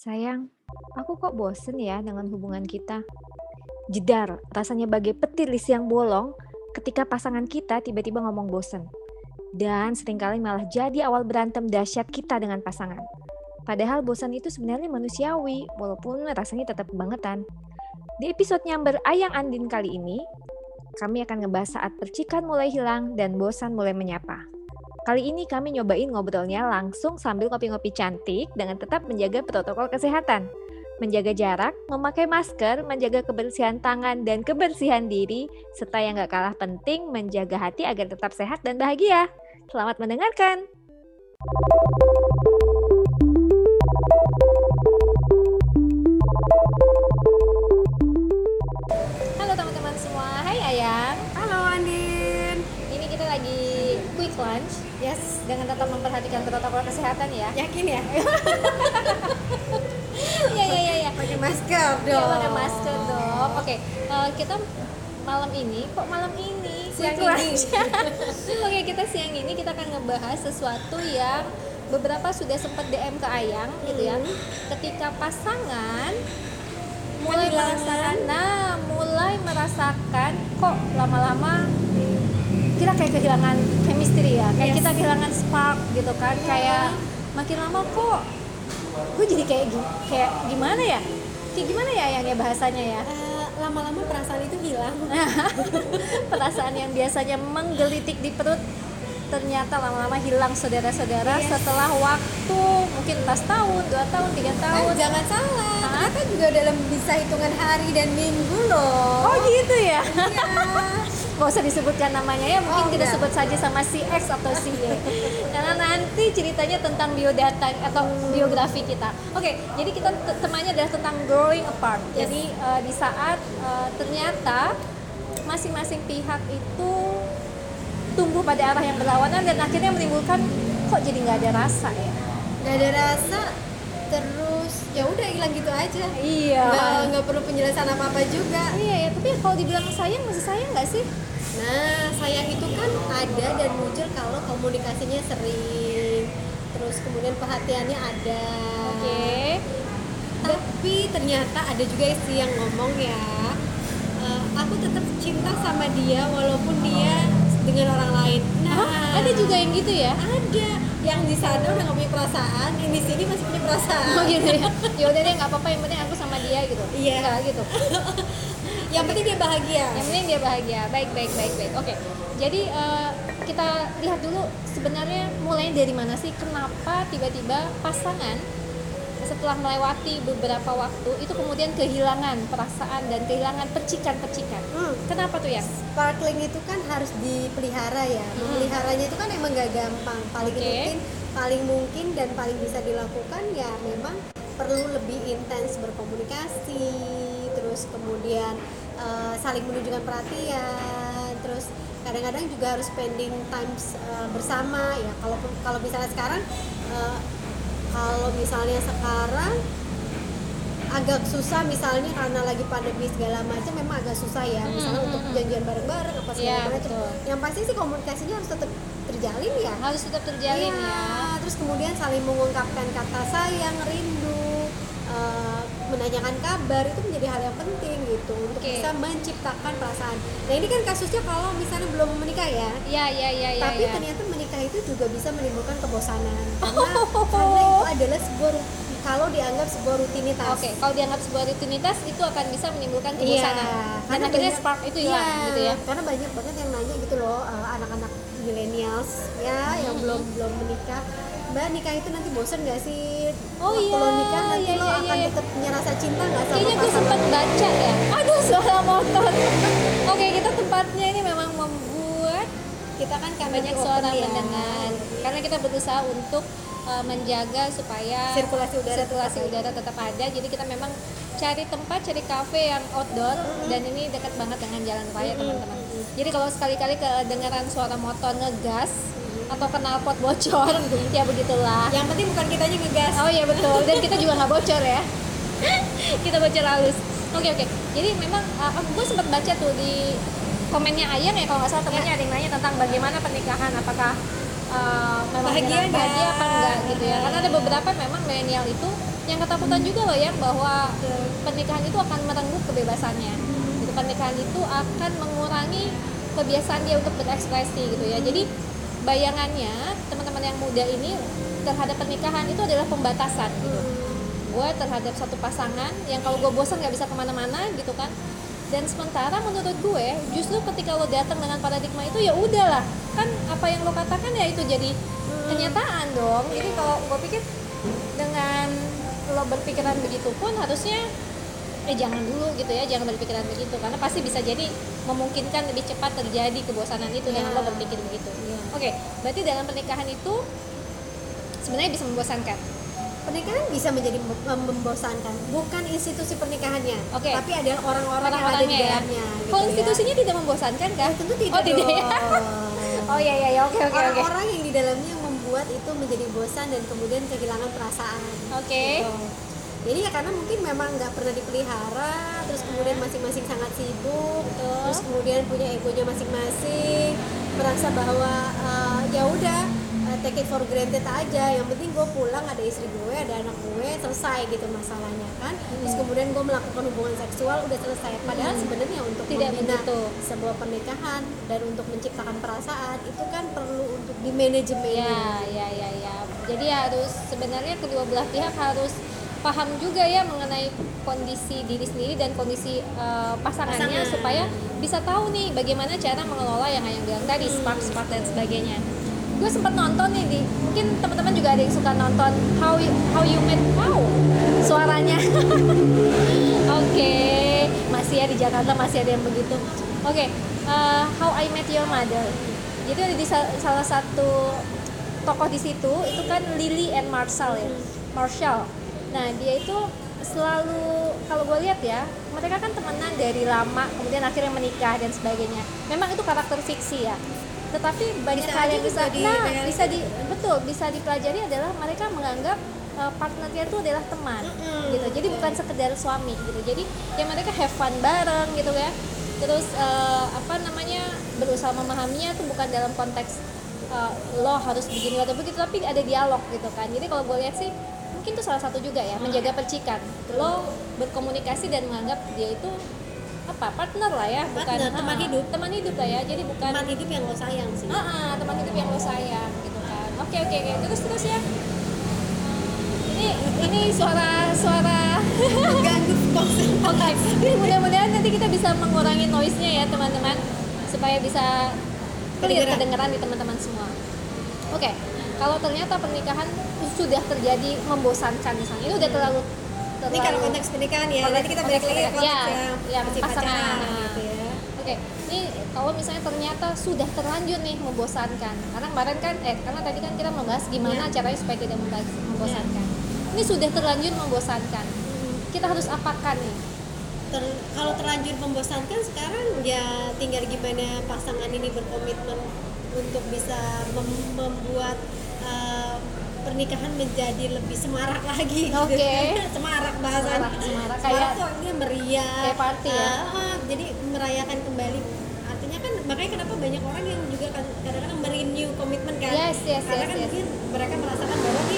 Sayang, aku kok bosen ya dengan hubungan kita. Jedar, rasanya bagai petir di siang bolong ketika pasangan kita tiba-tiba ngomong bosen. Dan seringkali malah jadi awal berantem dahsyat kita dengan pasangan. Padahal bosan itu sebenarnya manusiawi, walaupun rasanya tetap kebangetan. Di episode Nyamber Ayang Andin kali ini, kami akan ngebahas saat percikan mulai hilang dan bosan mulai menyapa. Kali ini kami nyobain ngobrolnya langsung sambil ngopi-ngopi cantik dengan tetap menjaga protokol kesehatan. Menjaga jarak, memakai masker, menjaga kebersihan tangan dan kebersihan diri, serta yang gak kalah penting, menjaga hati agar tetap sehat dan bahagia. Selamat mendengarkan! Halo teman-teman semua, hai Ayang. Halo Andin. Ini kita lagi quick lunch. Yes, Dengan tetap memperhatikan protokol kesehatan ya. yakin ya? Iya. Pakai masker Iya, dong. pakai masker dong. Oke, kita malam ini, siang Quick ini. lunch. Oke, kita siang ini kita akan ngebahas sesuatu yang beberapa sudah sempat DM ke Ayang gitu ya. Ketika pasangan mulai merasakan kok lama-lama kita kayak kehilangan chemistry ya, kayak Yes. kita kehilangan spark gitu kan, kayak makin lama kok gue jadi kayak gimana ya? Kayak gimana ya yang ya bahasanya ya? Lama-lama perasaan itu hilang. Perasaan yang biasanya menggelitik di perut ternyata lama-lama hilang saudara-saudara Yes. setelah waktu mungkin entah setahun, 2 tahun, 3 tahun. Jangan salah. Hah? Ternyata juga dalam bisa hitungan hari dan minggu loh. Oh gitu ya? Iya. Gak usah disebutkan namanya ya, mungkin Oh, kita enggak. sebut saja sama si X atau si Y. Karena nanti ceritanya tentang biodata atau biografi kita. Oke, jadi kita temanya adalah tentang growing apart. Yes. Jadi di saat ternyata masing-masing pihak itu tumbuh pada arah yang berlawanan dan akhirnya menimbulkan kok jadi nggak ada rasa ya. Gak ada rasa, terus ya udah hilang gitu aja. Iya. Nggak perlu penjelasan apa-apa juga. Iya ya, tapi kalau dibilang sayang masih sayang nggak sih? Nah, sayang itu kan ada dan muncul kalau komunikasinya sering, terus kemudian perhatiannya ada. Oke. Tapi ternyata ada juga sih yang ngomong ya, aku tetap cinta sama dia walaupun dia dengan orang lain. Nah, Hah? Ada juga yang gitu ya? ada yang di sana udah nggak punya perasaan, yang di sini masih punya perasaan. Oh gitu ya. Ya udah deh nggak apa-apa, yang penting aku sama dia gitu. Iya. Nggak gitu. Yang penting dia bahagia. Yang penting dia bahagia. Baik. Oke. Jadi kita lihat dulu sebenarnya mulai dari mana sih, kenapa tiba-tiba pasangan setelah melewati beberapa waktu itu kemudian kehilangan perasaan dan kehilangan percikan-percikan. Kenapa tuh ya? Sparkling itu kan harus dipelihara ya. Memeliharanya itu kan emang gak gampang. Paling Oke. rutin, paling mungkin dan paling bisa dilakukan ya memang perlu lebih intens berkomunikasi, terus kemudian saling menunjukkan perhatian, terus kadang-kadang juga harus spending time bersama ya. Kalau misalnya sekarang kalau misalnya sekarang agak susah misalnya karena lagi pandemi segala macam, memang agak susah ya misalnya untuk janjian bareng-bareng apa segala Iya, macam. betul. Yang pasti sih komunikasinya harus tetap terjalin ya. Harus tetap terjalin Iya, ya. terus kemudian saling mengungkapkan kata sayang, rindu, menanyakan kabar itu menjadi hal yang penting gitu untuk Oke. bisa menciptakan perasaan. Nah ini kan kasusnya kalau misalnya belum menikah ya. Iya. Tapi ternyata menikah itu juga bisa menimbulkan kebosanan karena itu adalah kalau dianggap sebuah rutinitas. Oke, kalau dianggap sebuah rutinitas itu akan bisa menimbulkan kebosanan. Dan karena akhirnya banyak- spark itu hilang iya, gitu ya. Karena banyak banget yang nanya gitu loh, anak-anak millennials ya yang belum menikah. Mbak, nikah itu nanti bosen gak sih? Oh Waktu iya, lo nikah nanti iya, lo iya, akan iya. tetap punya rasa cinta gak sama Kayaknya gue pasangan? sempat baca ya. Aduh, suara motor. Oke, kita tempatnya ini memang membuat Kita kan karena banyak di suara open ya. mendengar. Karena kita berusaha untuk menjaga supaya Sirkulasi udara tetap ada. Jadi kita memang cari tempat, cari kafe yang outdoor dan ini dekat banget dengan jalan raya teman-teman. Jadi kalau sekali-kali kedengaran suara motor ngegas atau knalpot bocor, ya begitulah. Yang penting bukan kitanya ngegas. Oh iya betul, dan kita juga nggak bocor ya. Kita bocor halus. Oke. Jadi memang gue sempat baca tuh di komennya Ayang ya, kalau nggak salah temennya ada yang nanya tentang bagaimana pernikahan, apakah memang Bahagia bahagia nggak? apa enggak gitu ya. Karena ada beberapa memang milenial itu yang ketakutan juga loh ya, bahwa pernikahan itu akan merenggut kebebasannya gitu. Pernikahan itu akan mengurangi kebiasaan dia untuk berekspresi gitu ya. Jadi bayangannya teman-teman yang muda ini terhadap pernikahan itu adalah pembatasan gitu. Gue terhadap satu pasangan yang kalau gue bosan nggak bisa kemana-mana gitu kan. Dan sementara menurut gue justru ketika lo datang dengan paradigma itu, ya udahlah, kan apa yang lo katakan ya itu jadi kenyataan dong. Jadi kalau gue pikir dengan lo berpikiran begitu pun harusnya jangan dulu gitu ya, jangan berpikiran begitu, karena pasti bisa jadi memungkinkan lebih cepat terjadi kebosanan itu dengan lo berpikir begitu. Oke, berarti dalam pernikahan itu sebenarnya bisa membosankan. Pernikahan bisa menjadi membosankan, bukan institusi pernikahannya, Oke. tapi adalah orang-orang yang ada di dalamnya. Gitu Kalau institusinya tidak membosankan kan? Tentu tidak. Oh tidak ya? Oh iya, oke. Orang-orang yang di dalamnya membuat itu menjadi bosan dan kemudian kehilangan perasaan. Oke. Gitu. Jadi ya karena mungkin memang nggak pernah dipelihara, terus kemudian masing-masing sangat sibuk, terus kemudian punya egonya masing-masing, merasa bahwa ya udah take it for granted aja, yang penting gue pulang ada istri gue, ada anak gue, selesai gitu masalahnya kan. Terus kemudian gue melakukan hubungan seksual, udah selesai. Padahal sebenarnya untuk Tidak membina begitu. sebuah pernikahan dan untuk menciptakan perasaan itu kan perlu untuk di manajemen. Ya. Jadi harus sebenarnya kedua belah pihak harus paham juga ya mengenai kondisi diri sendiri dan kondisi pasangannya, supaya bisa tahu nih bagaimana cara mengelola yang Ayang bilang tadi, spark dan sebagainya. Gue sempat nonton nih mungkin teman-teman juga ada yang suka nonton How You Met. Suaranya Oke, masih ya di Jakarta masih ada yang begitu. Oke, How I Met Your Mother. Jadi ada di salah satu tokoh di situ itu kan Lily and Marshall ya. Marshall. Nah, dia itu selalu, kalau gue lihat ya, mereka kan temenan dari lama, kemudian akhirnya menikah dan sebagainya. Memang itu karakter fiksi ya. Tetapi banyak hal yang bisa dipelajari adalah mereka menganggap partnernya itu adalah teman gitu. Jadi bukan sekedar suami gitu. Jadi ya mereka have fun bareng gitu ya. Terus berusaha memahaminya tuh bukan dalam konteks lo harus begini atau begitu, tapi ada dialog gitu kan. Jadi kalau gue lihat sih mungkin itu salah satu juga ya, menjaga percikan. Lo berkomunikasi dan menganggap dia itu partner lah ya, bukan teman hidup lah ya. Jadi bukan teman hidup yang lo sayang sih. Teman hidup yang lo sayang gitu kan. Oke. Terus ya. Ini suara ganggu konsentrasi. Mudah-mudahan nanti kita bisa mengurangi noise-nya ya teman-teman, supaya bisa kedengeran di teman-teman semua. Oke. Kalau ternyata pernikahan sudah terjadi membosankan misalnya, ini udah terlalu ini kalau konteks pernikahan ya, nanti kita balik lagi ke konteks pasangan gitu ya. Oke, ini kalau misalnya ternyata sudah terlanjur nih membosankan, karena kemarin kan karena tadi kan kita membahas gimana caranya supaya tidak membosankan. Ini sudah terlanjur membosankan, kita harus apakan nih? Kalau terlanjur membosankan sekarang ya tinggal gimana pasangan ini berkomitmen untuk bisa membuat pernikahan menjadi lebih semarak lagi gitu. Semarak bahasanya. Semarak kayak ini meriah. Kayak party ya. Jadi merayakan kembali. Artinya kan makanya kenapa banyak orang yang juga kadang-kadang merenew komitmen kan. Karena kan mungkin mereka merasakan bahwa nih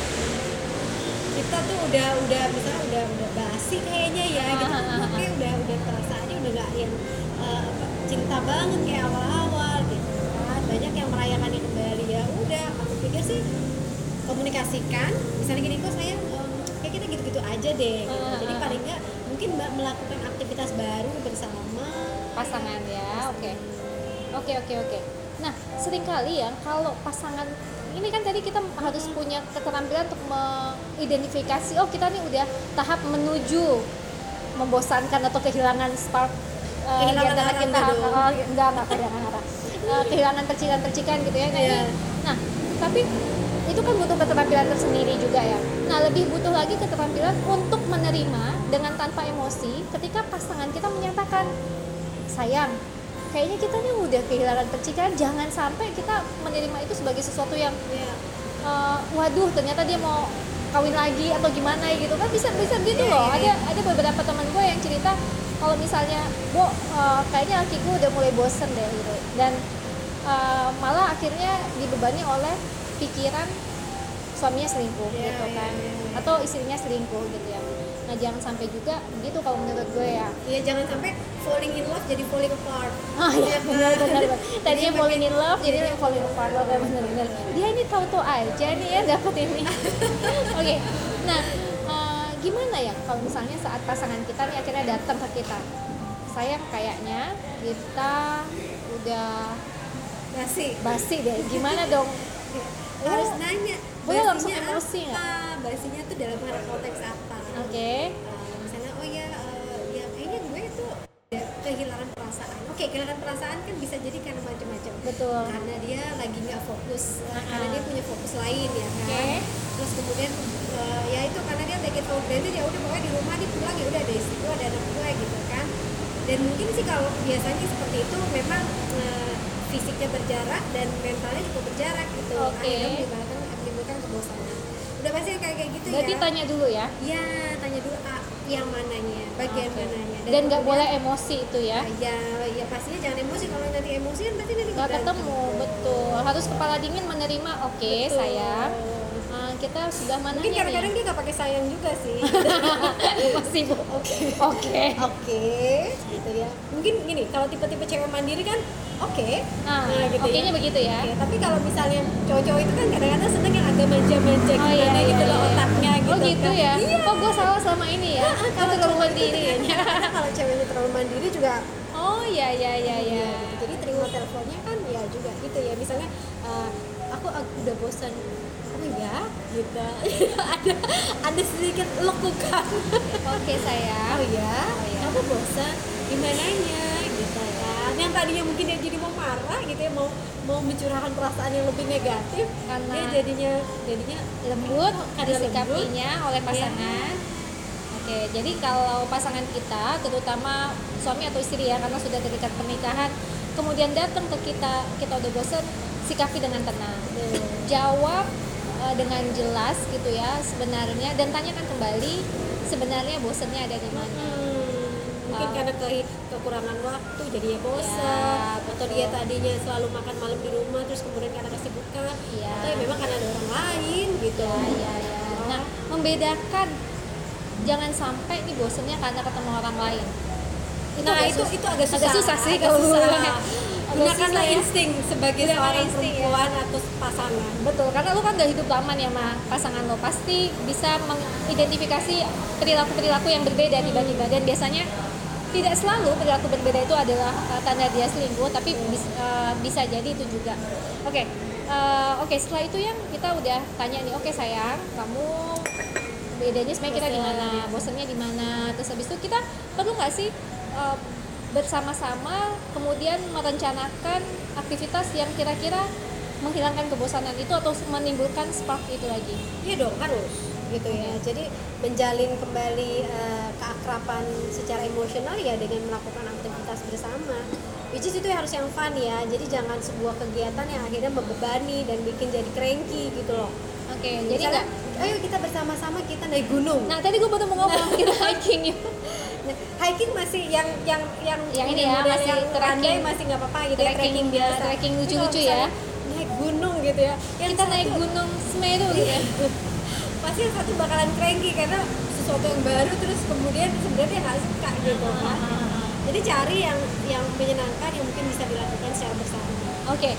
kita tuh udah misalnya udah basi kayaknya ya gitu. Kayak udah perasaannya udah gak yang cinta banget kayak awal-awal gitu kan. Banyak yang merayakannya kembali. Ya udah, aku pikir sih komunikasikan, misalnya gini, kok saya kayak kita gitu-gitu aja deh gitu. Jadi paling nggak mungkin melakukan aktivitas baru bersama pasangan ya. Oke. Nah, seringkali ya kalau pasangan ini kan tadi kita harus punya keterampilan untuk mengidentifikasi, oh kita nih udah tahap menuju membosankan atau kehilangan spark kehilangan arah kita. Enggak kehilangan arah. Kehilangan percikan-percikan gitu ya. Nah, tapi itu kan butuh keterampilan tersendiri juga ya. Nah, lebih butuh lagi keterampilan untuk menerima dengan tanpa emosi ketika pasangan kita menyatakan, sayang, kayaknya kita nih udah kehilangan percikan. Jangan sampai kita menerima itu sebagai sesuatu yang waduh ternyata dia mau kawin lagi atau gimana gitu kan, bisa gitu loh. Ada beberapa teman gue yang cerita kalau misalnya kayaknya laki gue udah mulai bosen deh gitu, dan malah akhirnya dibebani oleh pikiran suaminya selingkuh Iya, gitu iya, kan, iya, iya. atau istrinya selingkuh gitu ya. Nah jangan sampai juga begitu kalau menurut gue ya. Iya, jangan sampai falling in love jadi falling apart. Oh iya, benar. Tadinya Jadi falling in makin- love, jadi falling apart. Oke, benar. Dia ini tahu-tahu aja nih ya dapat ini. Oke, nah gimana ya kalau misalnya saat pasangan kita nih akhirnya datang ke kita, sayang kayaknya kita udah basi deh, gimana dong? Harus nanya Boleh langsung basinya emosi nggak? apa, basinya tuh dalam konteks apa. Oke. Misalnya ya kayaknya gue tuh ada kehilangan perasaan. Oke, kehilangan perasaan kan bisa jadi karena macam-macam. Betul. Karena dia lagi nggak fokus, karena dia punya fokus lain ya kan. Oke. Terus kemudian ya itu karena dia take it for granted, ya udah pokoknya di rumah dia pulang ya udah ada istri gue, ada anak gue gitu kan. Dan mungkin sih kalau biasanya seperti itu memang fisiknya berjarak dan mentalnya juga berjarak gitu. Oke. Akhirnya menimbulkan kebosanan. Udah pasti kayak gitu. Berarti ya. tanya dulu ya. Ya, tanya dulu yang mananya, bagian Oke. mananya. Dan nggak kemudian- boleh emosi itu ya. Ya pastinya jangan emosi. Kalau nanti emosi kan pasti nanti Nggak berantem. ketemu, betul. Harus kepala dingin menerima. Oke, Betul. sayang. Kita sudah mana Mungkin kadang-kadang dia nggak pakai sayang juga sih. masih bu. Oke. Gitu ya. Mungkin gini, kalau tipe-tipe cewek mandiri kan oke. Nah, gitu oke-nya begitu ya. Oke, tapi kalau misalnya cowok-cowok itu kan kadang-kadang seneng yang agak manja-manja gimana gitu loh otaknya gitu. Oh gitu kan. ya. Iya. Oh gue salah selama ini ya. Gue Kalau terlalu cowok itu mandiri ya. karena kalau ceweknya terlalu mandiri juga. Oh iya. Jadi terima teleponnya kan ya juga gitu ya. Misalnya aku udah bosan. Oh ya, gitu. ada sedikit lekukan. Oke sayang. Oh ya, aku bosan. Gimananya gitu kan. Yang tadinya mungkin dia jadi mau marah gitu ya, mau mencurahkan perasaan yang lebih negatif, Karena dia jadinya lembut karena disikapinya oleh pasangan. Oke, jadi kalau pasangan kita, terutama suami atau istri ya, karena sudah dekat pernikahan, kemudian datang ke kita udah bosan, sikapi dengan tenang. Jawab dengan jelas gitu ya sebenarnya, dan tanyakan kembali sebenarnya bosannya ada di mana. Mungkin karena kekurangan waktu jadinya bosan, atau dia tadinya selalu makan malam di rumah terus kemudian karena kesibukan, atau ya memang karena ada orang lain gitu. Ya. Nah, membedakan jangan sampai nih bosannya karena ketemu orang lain. Itu agak susah sih agak kalau susah. susah Gunakanlah ya. insting sebagai Gunakan seorang insting, perempuan atau pasangan. Betul, karena lu kan gak hidup lama nih sama pasangan lo, pasti bisa mengidentifikasi perilaku-perilaku yang berbeda tiba-tiba, dan biasanya tidak selalu perilaku berbeda itu adalah tanda dia selingkuh, tapi bisa jadi itu juga. Oke, setelah itu yang kita udah tanya nih, oke sayang, kamu bedanya sebenarnya kita di mana, bosannya di mana, terus habis itu kita perlu nggak sih bersama-sama kemudian merencanakan aktivitas yang kira-kira menghilangkan kebosanan itu atau menimbulkan spark itu lagi? Iya dong, harus gitu ya. Jadi menjalin kembali keakraban secara emosional ya dengan melakukan aktivitas bersama. Which is itu harus yang fun ya. Jadi jangan sebuah kegiatan yang akhirnya membebani dan bikin jadi cranky gitu loh. Oke, jadi nggak, ayo kita bersama-sama kita naik gunung. nah tadi gue baru mau ngomong kita hiking yuk. Hiking masih yang ini ya, model masih yang trekking. landai masih nggak apa-apa gitu ya, trekking biasa. Trekking Tapi lucu-lucu kalau ya. misalnya naik gunung gitu ya. Kita naik gunung Semeru gitu ya. Pasti yang satu bakalan cranky karena sesuatu yang baru, terus kemudian sebenarnya dia nggak suka gitu kan. Jadi cari yang menyenangkan yang mungkin bisa dilakukan secara bersama. Oke.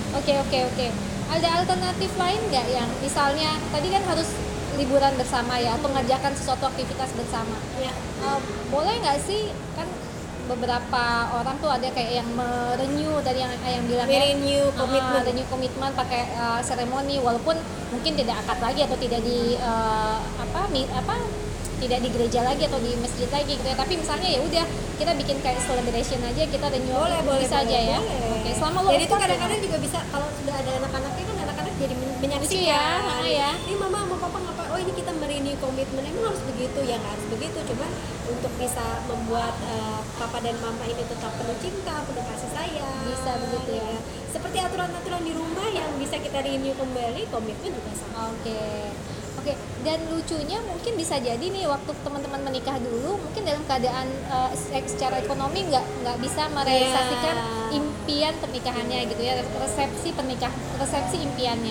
Ada alternatif lain nggak yang misalnya tadi kan harus liburan bersama ya, atau mengerjakan sesuatu aktivitas bersama? Ya. Boleh nggak sih, kan beberapa orang tuh ada kayak yang merenew tadi yang bilang Renew komitmen. renew komitmen pakai seremoni, walaupun mungkin tidak akad lagi atau tidak di tidak di gereja lagi atau di masjid lagi gitu ya, tapi misalnya ya udah kita bikin kayak celebration aja, kita renew Boleh bisa aja ya. Oke, selama lo jadi itu effort kadang-kadang juga bisa kalau sudah ada anak-anaknya kan anak-anak jadi menyaksikan. ya. Ini mama sama papa ngapa? Oh ini kita merenew komitmen. Emang harus begitu ya, nggak harus begitu. Cuman untuk bisa membuat papa dan mama ini tetap penuh cinta, penuh kasih sayang. Bisa begitu ya. Seperti aturan-aturan di rumah yang bisa kita renew kembali, komitmen juga sama. Oke, dan lucunya mungkin bisa jadi nih waktu teman-teman menikah dulu mungkin dalam keadaan secara ekonomi nggak bisa merealisasikan impian pernikahannya gitu ya, resepsi impiannya.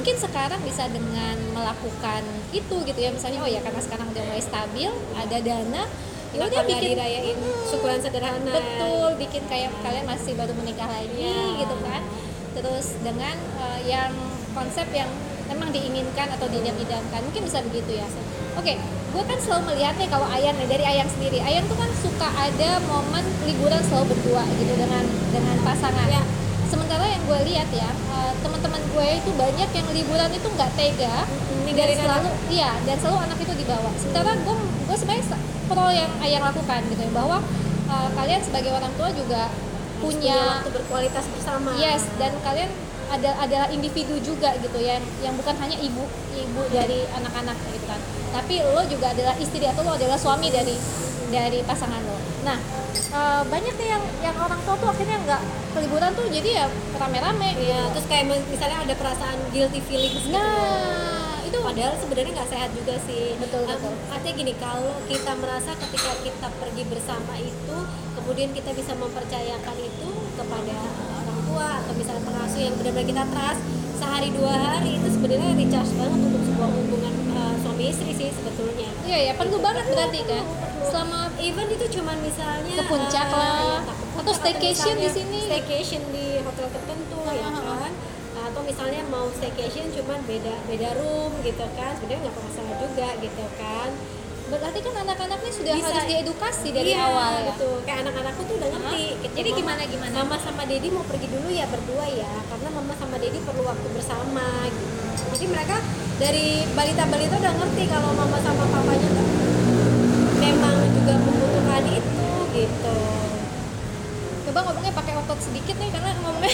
Mungkin sekarang bisa dengan melakukan itu gitu ya, misalnya oh ya karena sekarang udah mulai stabil, ada dana, ya Kenapa udah nggak bikin dirayain syukuran sederhana? betul, bikin kayak kalian masih baru menikah lagi Ya. gitu kan. Terus dengan yang konsep yang memang diinginkan atau diidam-idamkan, mungkin bisa begitu ya. Oke, gue kan selalu melihat nih kalau Ayang nih, dari Ayang sendiri, Ayang tuh kan suka ada momen liburan selalu berdua gitu dengan pasangan. Ya. Sementara yang gue lihat ya, teman-teman gue itu banyak yang liburan itu nggak tega, dan Ninggalin selalu iya, dan selalu anak itu dibawa. Sementara gue sebenarnya pro yang Ayang lakukan gitu ya, bahwa kalian sebagai orang tua juga punya waktu berkualitas bersama. yes, dan kalian adalah individu juga gitu ya, yang bukan hanya ibu dari anak-anak gitu kan, tapi lo juga adalah istri atau lo adalah suami dari pasangan lo. Nah, banyak nih yang orang tua tuh akhirnya nggak ke liburan tuh, jadi ya rame-rame Ya, gitu. terus kayak misalnya ada perasaan guilty feelings gitu. Nah, itu Padahal sebenarnya nggak sehat juga sih. Betul. Artinya gini, kalau kita merasa ketika kita pergi bersama itu, kemudian kita bisa mempercayakan itu kepada orang tua atau misalnya pengasuh yang benar-benar kita trust, sehari 2 hari itu sebenarnya recharge banget untuk sebuah hubungan suami istri sih sebetulnya. iya ya perlu banget berarti kan, selama Even itu cuman misalnya ke puncak lah, ya, ke puncak, atau staycation di misalnya sini. staycation di hotel tertentu ya kan, atau misalnya mau staycation cuman beda room gitu kan, sebenarnya nggak masalah juga gitu kan. Berarti kan anak-anak nih sudah Bisa. harus diedukasi dari Iya, awal ya. betul. Kayak anak-anakku tuh udah ngerti gitu. Jadi Mama- gimana? Mama sama Dedi mau pergi dulu ya berdua ya, karena Mama sama Dedi perlu waktu bersama gitu. Jadi mereka dari balita-balita udah ngerti kalau Mama sama papanya tuh memang juga membutuhkan itu gitu. Coba ngomongnya pakai otot sedikit nih, karena ngomongnya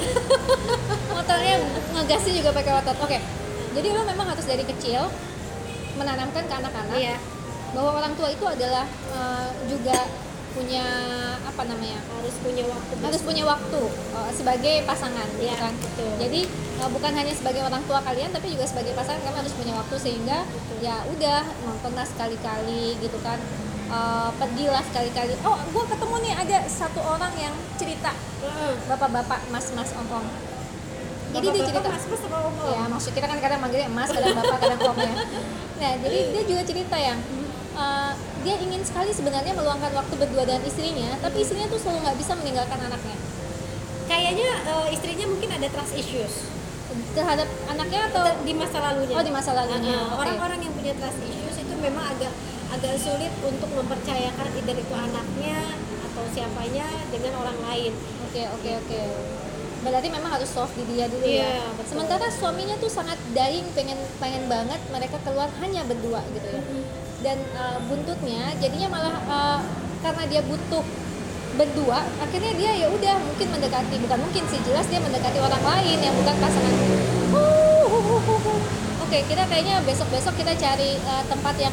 motornya ngegasnya juga pakai otot. Oke, jadi lo memang harus dari kecil menanamkan ke anak-anak Iya, bahwa orang tua itu adalah juga punya apa namanya, harus punya waktu. harus punya waktu sebagai pasangan gitu Iya, kan. betul. Jadi bukan hanya sebagai orang tua kalian, tapi juga sebagai pasangan kalian harus punya waktu, sehingga ya udah nontonlah sekali-kali gitu kan. Pergilah sekali-kali. Oh, gue ketemu nih ada satu orang yang cerita, bapak-bapak, mas-mas, om-om. Jadi dia cerita, mas sama om. ya maksud kita kan kadang manggilnya mas, kadang bapak, kadang om ya. Nah, jadi dia juga cerita yang dia ingin sekali sebenarnya meluangkan waktu berdua dengan istrinya, tapi istrinya tuh selalu nggak bisa meninggalkan anaknya. Kayaknya istrinya mungkin ada trust issues Terhadap anaknya atau di masa lalunya. Oh, di masa lalunya. Oke. Orang-orang yang punya trust issues itu memang agak sulit untuk mempercayakan either itu anaknya atau siapanya dengan orang lain. Oke. Berarti memang harus soft di dia dulu Iya, ya. betul. Sementara suaminya tuh sangat dying, pengen banget mereka keluar hanya berdua gitu ya. Dan buntutnya jadinya malah karena dia butuh berdua, akhirnya dia ya udah mungkin mendekati, bukan mungkin sih, jelas dia mendekati orang lain yang bukan pasangan. Oke, kita kayaknya besok kita cari tempat yang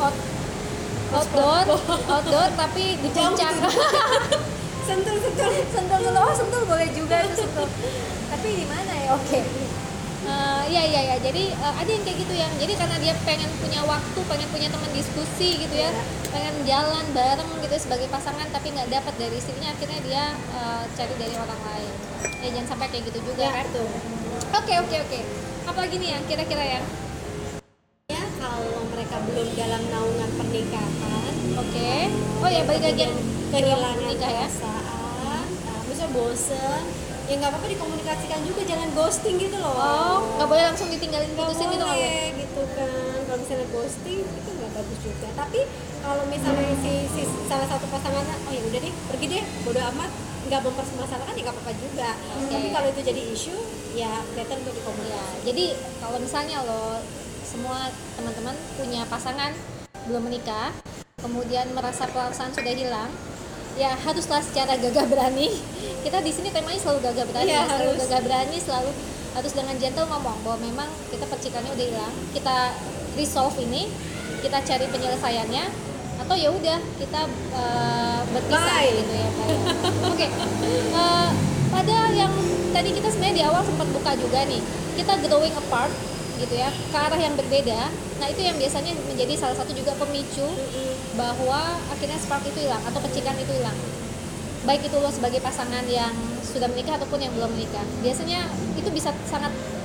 outdoor tapi di puncak. Sentul. Sentul dulu, sentul boleh juga itu sentul. Tapi di mana ya? Oke. Iya. Jadi ada yang kayak gitu ya. Jadi karena dia pengen punya waktu, pengen punya teman diskusi gitu ya, pengen jalan bareng gitu sebagai pasangan, tapi nggak dapat dari istrinya, akhirnya dia cari dari orang lain. Ya jangan sampai kayak gitu juga kan. Betul. Oke. Apalagi nih yang kira-kira ya? Ya, kalau mereka belum dalam naungan pernikahan, Oke. Oh ya, balik lagi yang kehilangan nikah ya. perasaan, misalnya bosen, ya nggak apa-apa dikomunikasikan juga, jangan ghosting gitu loh. Oh, nggak boleh langsung ditinggalin Nggak putusin gitu, nggak boleh. boleh gitu kan. Kalau misalnya ghosting itu nggak bagus juga. Tapi kalau misalnya si salah satu pasangannya, oh ya udah deh, pergi deh, bodo amat, nggak mempermasalahkan ya nggak apa-apa juga. Tapi kalau itu jadi isu, ya better untuk Ya, dikomunikasikan. jadi kalau misalnya lo semua teman-teman punya pasangan belum menikah, kemudian merasa perasaan sudah hilang, ya haruslah secara gagah berani. Kita di sini temanya selalu gagah berani, Iya, selalu harus. gagah berani, selalu harus dengan gentle ngomong bahwa memang kita percikannya udah hilang, kita resolve ini, kita cari penyelesaiannya, atau ya udah kita berpisah Bye. gitu ya. Oke. Pada yang tadi kita sebenarnya di awal sempat buka juga nih, kita growing apart gitu ya, ke arah yang berbeda. Nah, itu yang biasanya menjadi salah satu juga pemicu bahwa akhirnya spark itu hilang atau percikan itu hilang. Baik itu lo sebagai pasangan yang sudah menikah ataupun yang belum menikah. Biasanya itu bisa sangat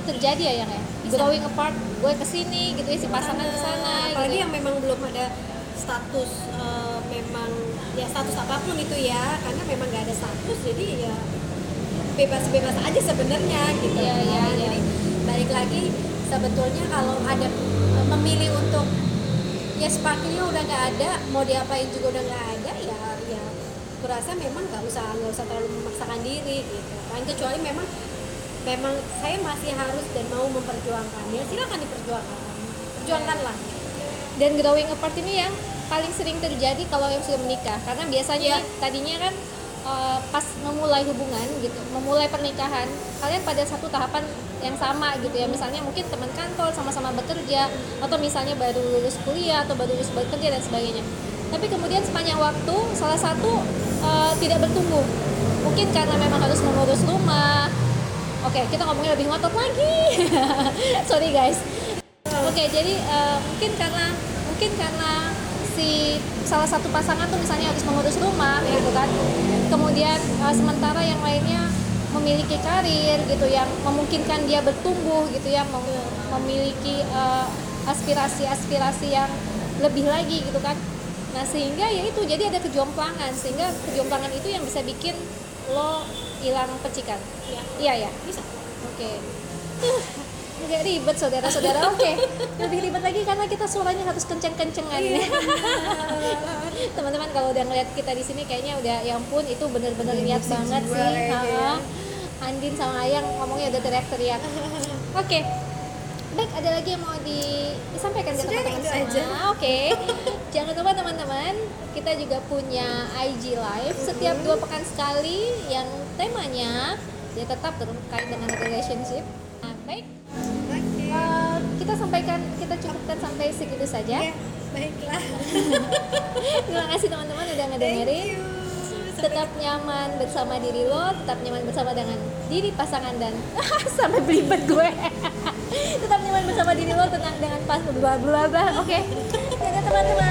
terjadi ya yang ya. Growing apart, gue kesini gitu ya, si pasangan kesana. Apalagi gitu. yang memang belum ada status memang ya status apapun itu ya, karena memang nggak ada status, jadi ya bebas-bebas aja sebenarnya gitu. Iya, iya, iya. Jadi balik lagi sebetulnya kalau ada memilih untuk ya sparkingnya udah nggak ada, mau diapain juga udah nggak ada, ya kurasa memang nggak usah terlalu memaksakan diri gitu kan, kecuali memang saya masih harus dan mau memperjuangkan, ya silakan diperjuangkan, perjuangkanlah. Dan growing apart ini yang paling sering terjadi kalau yang sudah menikah, karena biasanya tadinya kan pas memulai hubungan gitu, memulai pernikahan, kalian pada satu tahapan yang sama gitu ya, misalnya mungkin teman kantor, sama-sama bekerja, atau misalnya baru lulus kuliah atau baru lulus bekerja dan sebagainya. Tapi kemudian sepanjang waktu salah satu tidak bertumbuh, mungkin karena memang harus mengurus rumah. Oke, kita ngomongnya lebih ngotot lagi. Sorry guys. Oke, jadi mungkin karena si salah satu pasangan tuh misalnya harus mengurus rumah gitu kan. Kemudian sementara yang lainnya memiliki karir gitu yang memungkinkan dia bertumbuh gitu ya, memiliki aspirasi yang lebih lagi gitu kan. Nah, sehingga ya itu jadi ada kejomplangan, sehingga kejomplangan itu yang bisa bikin lo hilang percikan. Iya ya, Bisa. Oke. Agak ribet saudara-saudara. Oke. Lebih ribet lagi karena kita suaranya harus kenceng-kencengan. Teman-teman kalau udah ngeliat kita di sini kayaknya udah ya ampun, itu bener-bener niat banget sih. Andin sama Ayang ngomongnya udah teriak-teriak. Oke. Baik, ada lagi yang mau disampaikan ke teman-teman semua? Oke. Jangan lupa teman-teman, kita juga punya IG Live setiap 2 pekan sekali yang temanya dia tetap terkait dengan relationship. Nah, baik. Kita cukupkan sampai segitu saja. Baiklah. Terima kasih teman-teman udah ngedengerin. Tetap nyaman bersama diri lo, tetap nyaman bersama dengan diri pasangan dan sampai belibet gue. Tetap nyaman bersama diri lo dengan pas bla bla bla. Oke. Dadah teman-teman.